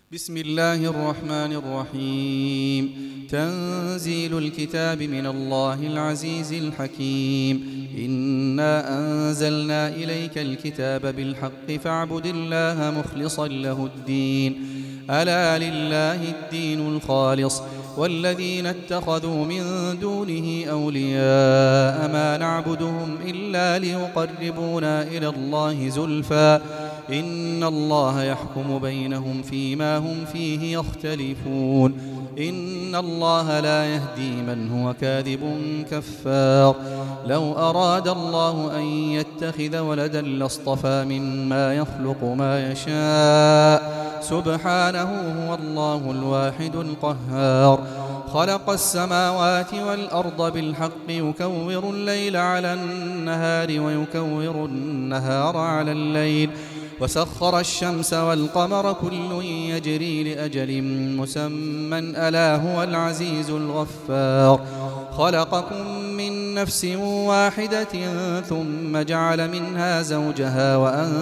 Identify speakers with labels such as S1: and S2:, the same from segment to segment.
S1: بسم الله الرحمن الرحيم. تنزيل الكتاب من الله العزيز الحكيم. إنا أنزلنا إليك الكتاب بالحق فاعبد الله مخلصا له الدين. ألا لله الدين الخالص والذين اتخذوا من دونه أولياء ما نعبدهم إلا ليقربونا إلى الله زلفى إن الله يحكم بينهم فيما هم فيه يختلفون. إن الله لا يهدي من هو كاذب كفار. لو أراد الله أن يتخذ ولدا لاصطفى مما يخلق ما يشاء سبحانه هو الله الواحد القهار. خلق السماوات والأرض بالحق يكور الليل على النهار ويكور النهار على الليل وسخر الشمس والقمر كل يجري لأجل مسمى ألا هو العزيز الغفار. خلقكم من نفس واحدة ثم جعل منها زوجها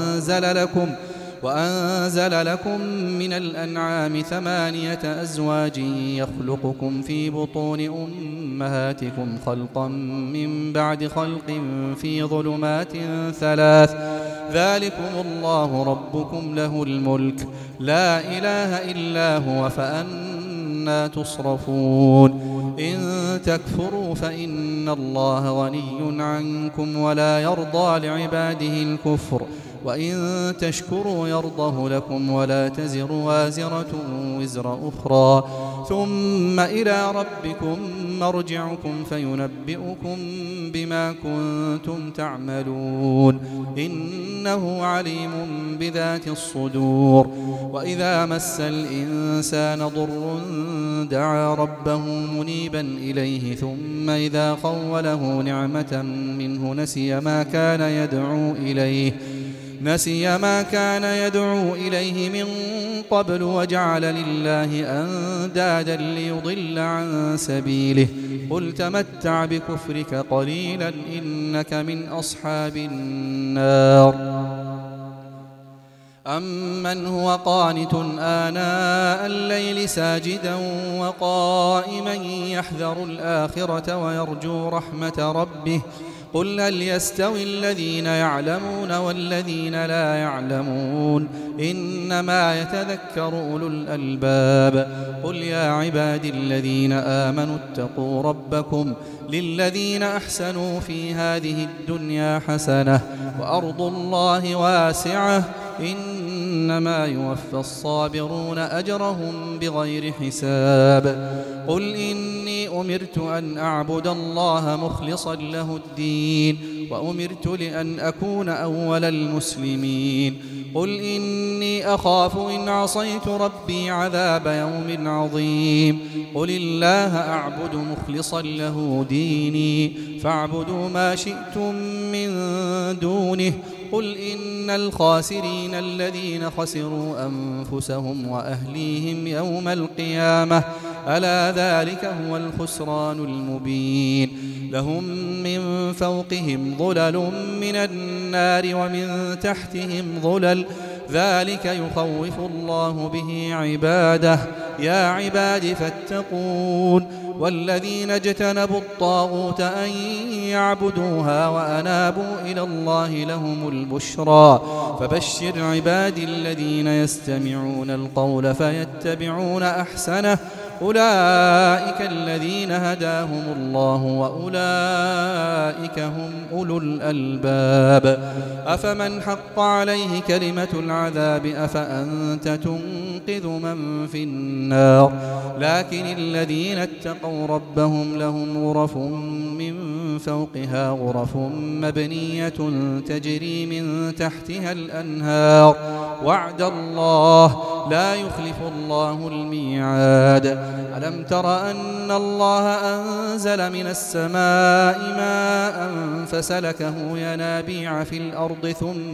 S1: وأنزل لكم من الأنعام 8 أزواج يخلقكم في بطون أمهاتكم خلقا من بعد خلق في ظلمات 3 ذلكم الله ربكم له الملك لا إله إلا هو فأنا تصرفون. إن تكفروا فإن الله غني عنكم ولا يرضى لعباده الكفر وإن تشكروا يرضه لكم ولا تزر وازرة وزر أخرى ثم إلى ربكم مرجعكم فينبئكم بما كنتم تعملون إنه عليم بذات الصدور. وإذا مس الإنسان ضر دعا ربه منيبا إليه ثم إذا خوله نعمة منه نسي ما كان يدعو إليه من قبل وجعل لله أندادا ليضل عن سبيله. قل تمتع بكفرك قليلا إنك من أصحاب النار. أمن هو قانت آناء الليل ساجدا وقائما يحذر الآخرة ويرجو رحمة ربه قل هل يستوي الذين يعلمون والذين لا يعلمون إنما يتذكر أولو الألباب. قل يا عبادي الذين آمنوا اتقوا ربكم للذين أحسنوا في هذه الدنيا حسنة وأرض الله واسعة إنما يوفى الصابرون أجرهم بغير حساب. قل إني أمرت أن أعبد الله مخلصا له الدين وأمرت لأن أكون أول المسلمين. قل إني أخاف إن عصيت ربي عذاب يوم عظيم. قل الله أعبد مخلصا له ديني فاعبدوا ما شئتم من دونه. قل إن الخاسرين الذين خسروا أنفسهم وأهليهم يوم القيامة ألا ذلك هو الخسران المبين. لهم من فوقهم ظلل من النار ومن تحتهم ظلل ذلك يخوف الله به عباده. يا عباد فاتقون. والذين اجتنبوا الطاغوت أن يعبدوها وأنابوا إلى الله لهم البشرى. فبشر عبادي الذين يستمعون القول فيتبعون أحسنه أولئك الذين هداهم الله وأولئك هم أولو الألباب. أفمن حق عليه كلمة العذاب أفأنت تنقذ من في النار. لكن الذين اتقوا ربهم لهم غرف من فوقها غرف مبنية تجري من تحتها الأنهار وعد الله لا يخلف الله الميعاد. ألم تر أن الله أنزل من السماء ماء فسلكه ينابيع في الأرض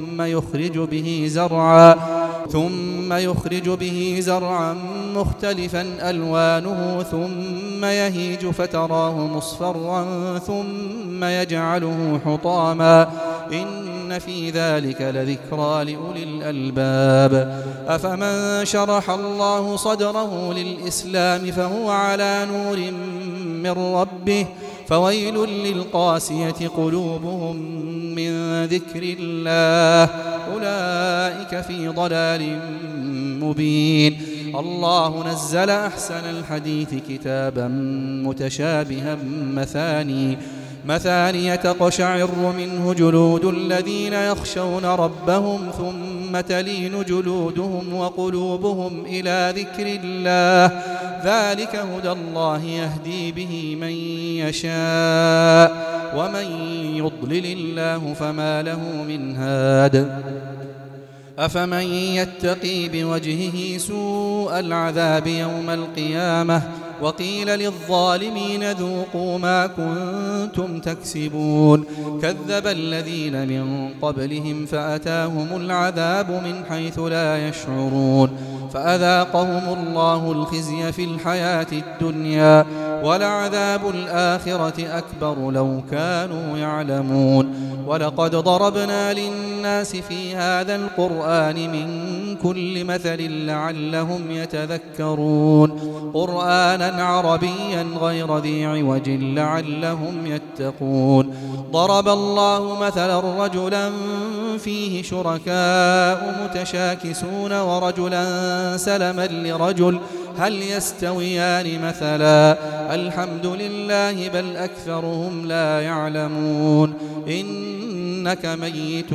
S1: ثم يخرج به زرعا مختلفا ألوانه ثم يهيج فتراه مصفرا ثم يجعله حطاما إن إن في ذلك لذكرى لأولي الألباب. أفمن شرح الله صدره للإسلام فهو على نور من ربه فويل للقاسية قلوبهم من ذكر الله أولئك في ضلال مبين. الله نزل أحسن الحديث كتابا متشابها مثاني تقشعر منه جلود الذين يخشون ربهم ثم تلين جلودهم وقلوبهم إلى ذكر الله ذلك هدى الله يهدي به من يشاء ومن يضلل الله فما له من هاد. أفمن يتقي بوجهه سوء العذاب يوم القيامة وقيل للظالمين ذوقوا ما كنتم تكسبون. كذب الذين من قبلهم فأتاهم العذاب من حيث لا يشعرون فأذاقهم الله الخزي في الحياة الدنيا ولعذاب الآخرة أكبر لو كانوا يعلمون. ولقد ضربنا للناس في هذا القرآن من كل مثل لعلهم يتذكرون قرآنا عربيا غير ذي عوج لعلهم يتقون. ضرب الله مثلا رجلا فيه شركاء متشاكسون ورجلا سلما لرجل هل يستويان مثلا الحمد لله بل أكثرهم لا يعلمون. إنك ميت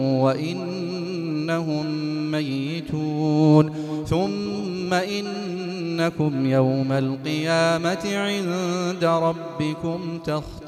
S1: وإنهم ميتون ثم إنكم يوم القيامة عند ربكم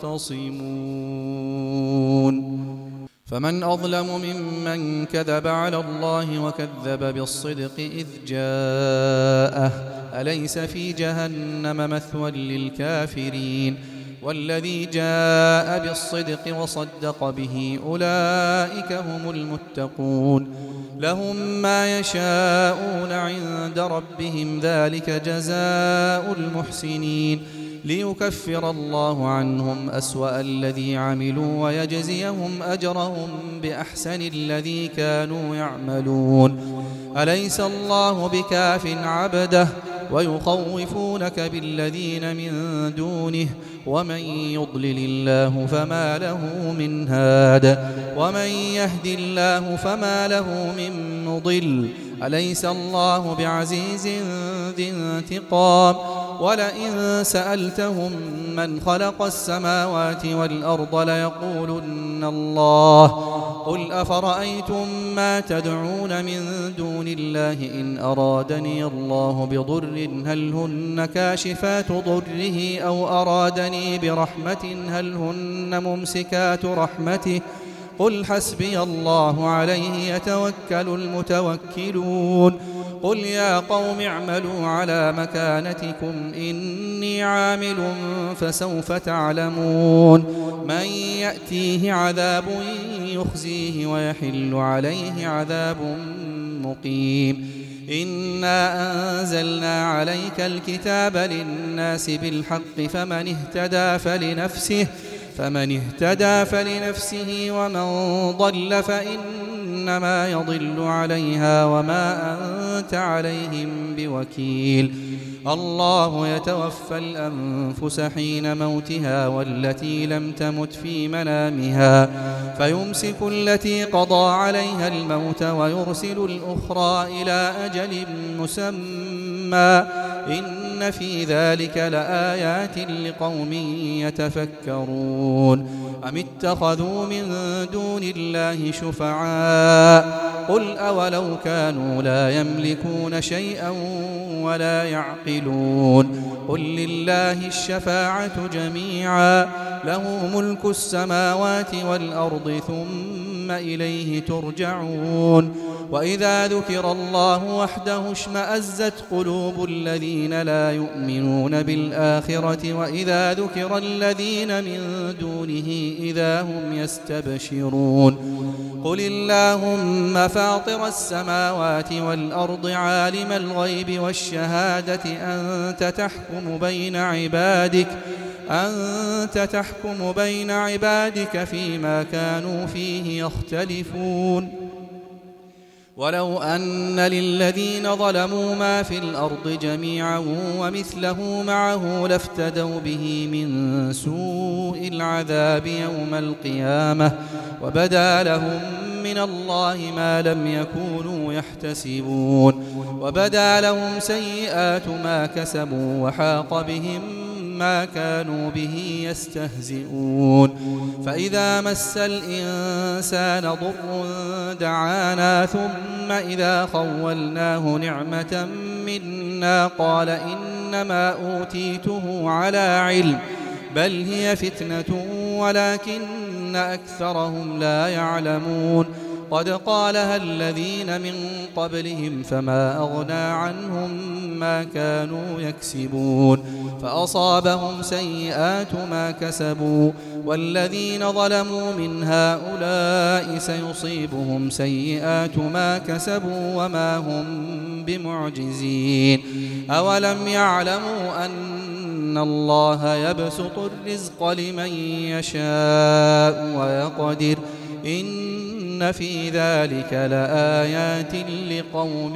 S1: تختصمون. فمن أظلم ممن كذب على الله وكذب بالصدق إذ جاءه أليس في جهنم مثوى للكافرين. والذي جاء بالصدق وصدق به أولئك هم المتقون لهم ما يشاءون عند ربهم ذلك جزاء المحسنين ليكفر الله عنهم أسوأ الذي عملوا ويجزيهم أجرهم بأحسن الذي كانوا يعملون. أليس الله بكاف عبده ويخوفونك بالذين من دونه ومن يضلل الله فما له من هاد ومن يهد الله فما له من مضل. أليس الله بعزيز ذي انتقام. ولئن سألتهم من خلق السماوات والأرض ليقولن الله قل أفرأيتم ما تدعون من دون الله إن أرادني الله بضر هل هن كاشفات ضره أو أرادني برحمة هل هن ممسكات رحمته قل حسبي الله عليه يتوكل المتوكلون. قل يا قوم اعملوا على مكانتكم إني عامل فسوف تعلمون من يأتيه عذاب يخزيه ويحل عليه عذاب مقيم. إنا أنزلنا عليك الكتاب للناس بالحق فمن اهتدى فلنفسه ومن ضل فإنما يضل عليها وما أنت عليهم بوكيل. الله يتوفى الأنفس حين موتها والتي لم تمت في منامها فيمسك التي قضى عليها الموت ويرسل الأخرى إلى أجل مسمى إن في ذلك لآيات لقوم يتفكرون. أم اتخذوا من دون الله شفعاء قل أولو كانوا لا يملكون شيئا ولا يعقلون. قل لله الشفاعة جميعا له ملك السماوات والأرض ثم إليه ترجعون. وإذا ذكر الله وحده اشمأزت قلوب الذين لا يؤمنون بالآخرة وإذا ذكر الذين من دونه إذا هم يستبشرون. قل اللهم فاطر السماوات والأرض عالم الغيب والشهادة أنت تحكم بين عبادك أنت تحكم بين عبادك فيما كانوا فيه يختلفون ولو أن للذين ظلموا ما في الأرض جميعا ومثله معه لافتدوا به من سوء العذاب يوم القيامة وبدا لهم من الله ما لم يكونوا يحتسبون وبدا لهم سيئات ما كسبوا وحاق بهم ما كانوا به يستهزئون فإذا مس الإنسان ضر دعانا ثم إذا خولناه نعمة منا قال إنما أوتيته على علم بل هي فتنة ولكن أكثرهم لا يعلمون قد قالها الذين من قبلهم فما أغنى عنهم ما كانوا يكسبون فأصابهم سيئات ما كسبوا والذين ظلموا من هؤلاء سيصيبهم سيئات ما كسبوا وما هم بمعجزين أولم يعلموا أن الله يبسط الرزق لمن يشاء ويقدر إن في ذلك لآيات لقوم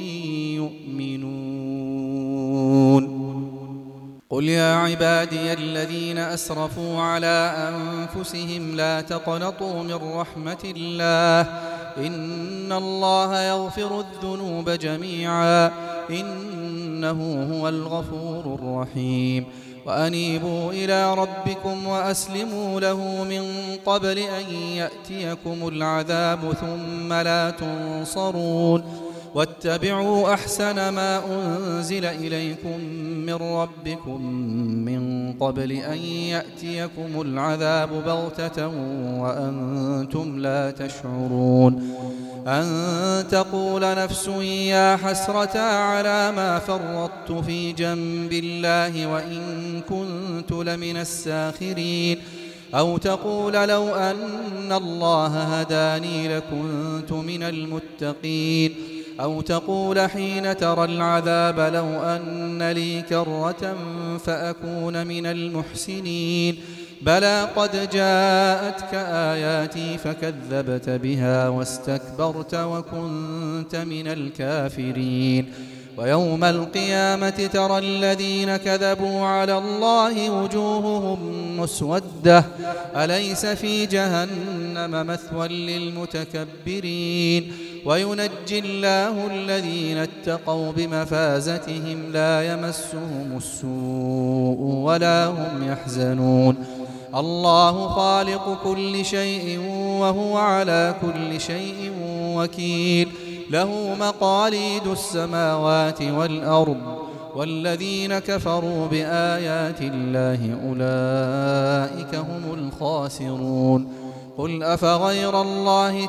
S1: يؤمنون قل يا عبادي الذين أسرفوا على أنفسهم لا تقنطوا من رحمة الله إن الله يغفر الذنوب جميعا إنه هو الغفور الرحيم وأنيبوا إلى ربكم وأسلموا له من قبل أن يأتيكم العذاب ثم لا تنصرون واتبعوا أحسن ما أنزل إليكم من ربكم من قبل أن يأتيكم العذاب بغتة وأنتم لا تشعرون أن تقول نفس يا حسرة على ما فرطت في جنب الله وإن كنت لمن الساخرين أو تقول لو أن الله هداني لكنت من المتقين أو تقول حين ترى العذاب لو أن لي كرة فأكون من المحسنين بلى قد جاءتك آياتي فكذبت بها واستكبرت وكنت من الكافرين ويوم القيامة ترى الذين كذبوا على الله وجوههم مسودة أليس في جهنم مثوى للمتكبرين وينجي الله الذين اتقوا بمفازتهم لا يمسهم السوء ولا هم يحزنون الله خالق كل شيء وهو على كل شيء وكيل له مقاليد السماوات والأرض والذين كفروا بآيات الله أولئك هم الخاسرون قل أفغير الله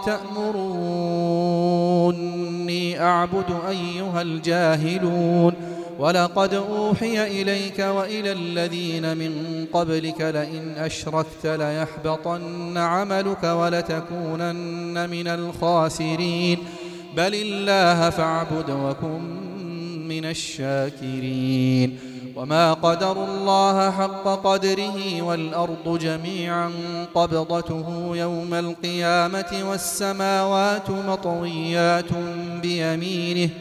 S1: تأمروني أعبد أيها الجاهلون ولقد أوحي إليك وإلى الذين من قبلك لئن أشركت ليحبطن عملك ولتكونن من الخاسرين بل الله فاعبد وكن من الشاكرين وما قدروا الله حق قدره والأرض جميعا قبضته يوم القيامة والسماوات مطويات بيمينه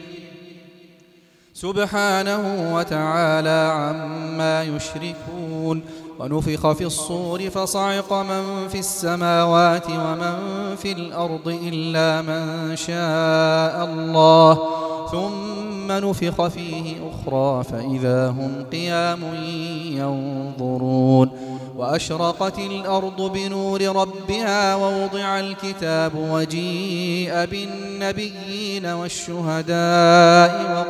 S1: سبحانه وتعالى عما يشركون ونفخ في الصور فصعق من في السماوات ومن في الأرض إلا من شاء الله ثم نفخ فيه أخرى فإذا هم قيام ينظرون وأشرقت الأرض بنور ربها ووضع الكتاب وجيء بالنبيين والشهداء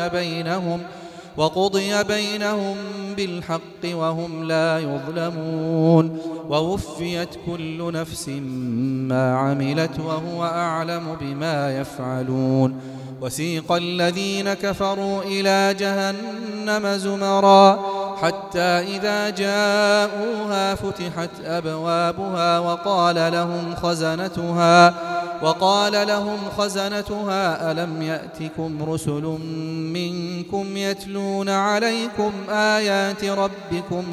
S1: وقضي بينهم بالحق وهم لا يظلمون ووفيت كل نفس ما عملت وهو أعلم بما يفعلون وسيق الذين كفروا إلى جهنم زمرا حتى إذا جاءوها فتحت أبوابها وقال لهم خزنتها ألم يأتكم رسل منكم يتلون عليكم آيات ربكم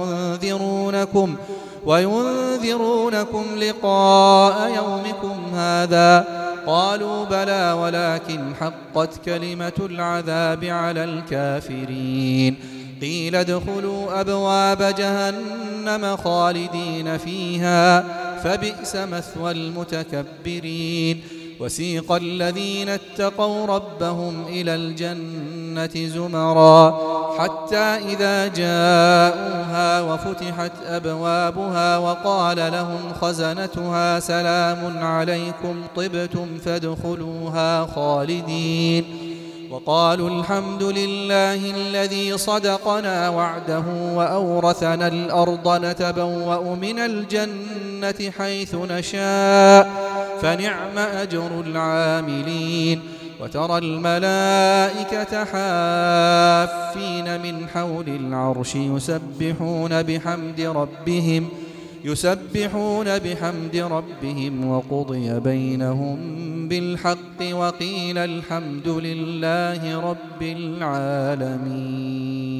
S1: وينذرونكم لقاء يومكم هذا؟ قالوا بلى ولكن حقت كلمة العذاب على الكافرين. قيل ادخلوا أبواب جهنم خالدين فيها فبئس مثوى المتكبرين. وسيق الذين اتقوا ربهم إلى الجنة زمرا حتى إذا جاءوها وفتحت أبوابها وقال لهم خزنتها سلام عليكم طبتم فادخلوها خالدين. وقالوا الحمد لله الذي صدقنا وعده وأورثنا الأرض نتبوأ من الجنة حيث نشاء فنعم أجر العاملين. وترى الملائكة حافين من حول العرش يسبحون بحمد ربهم وقضي بينهم بالحق وقيل الحمد لله رب العالمين.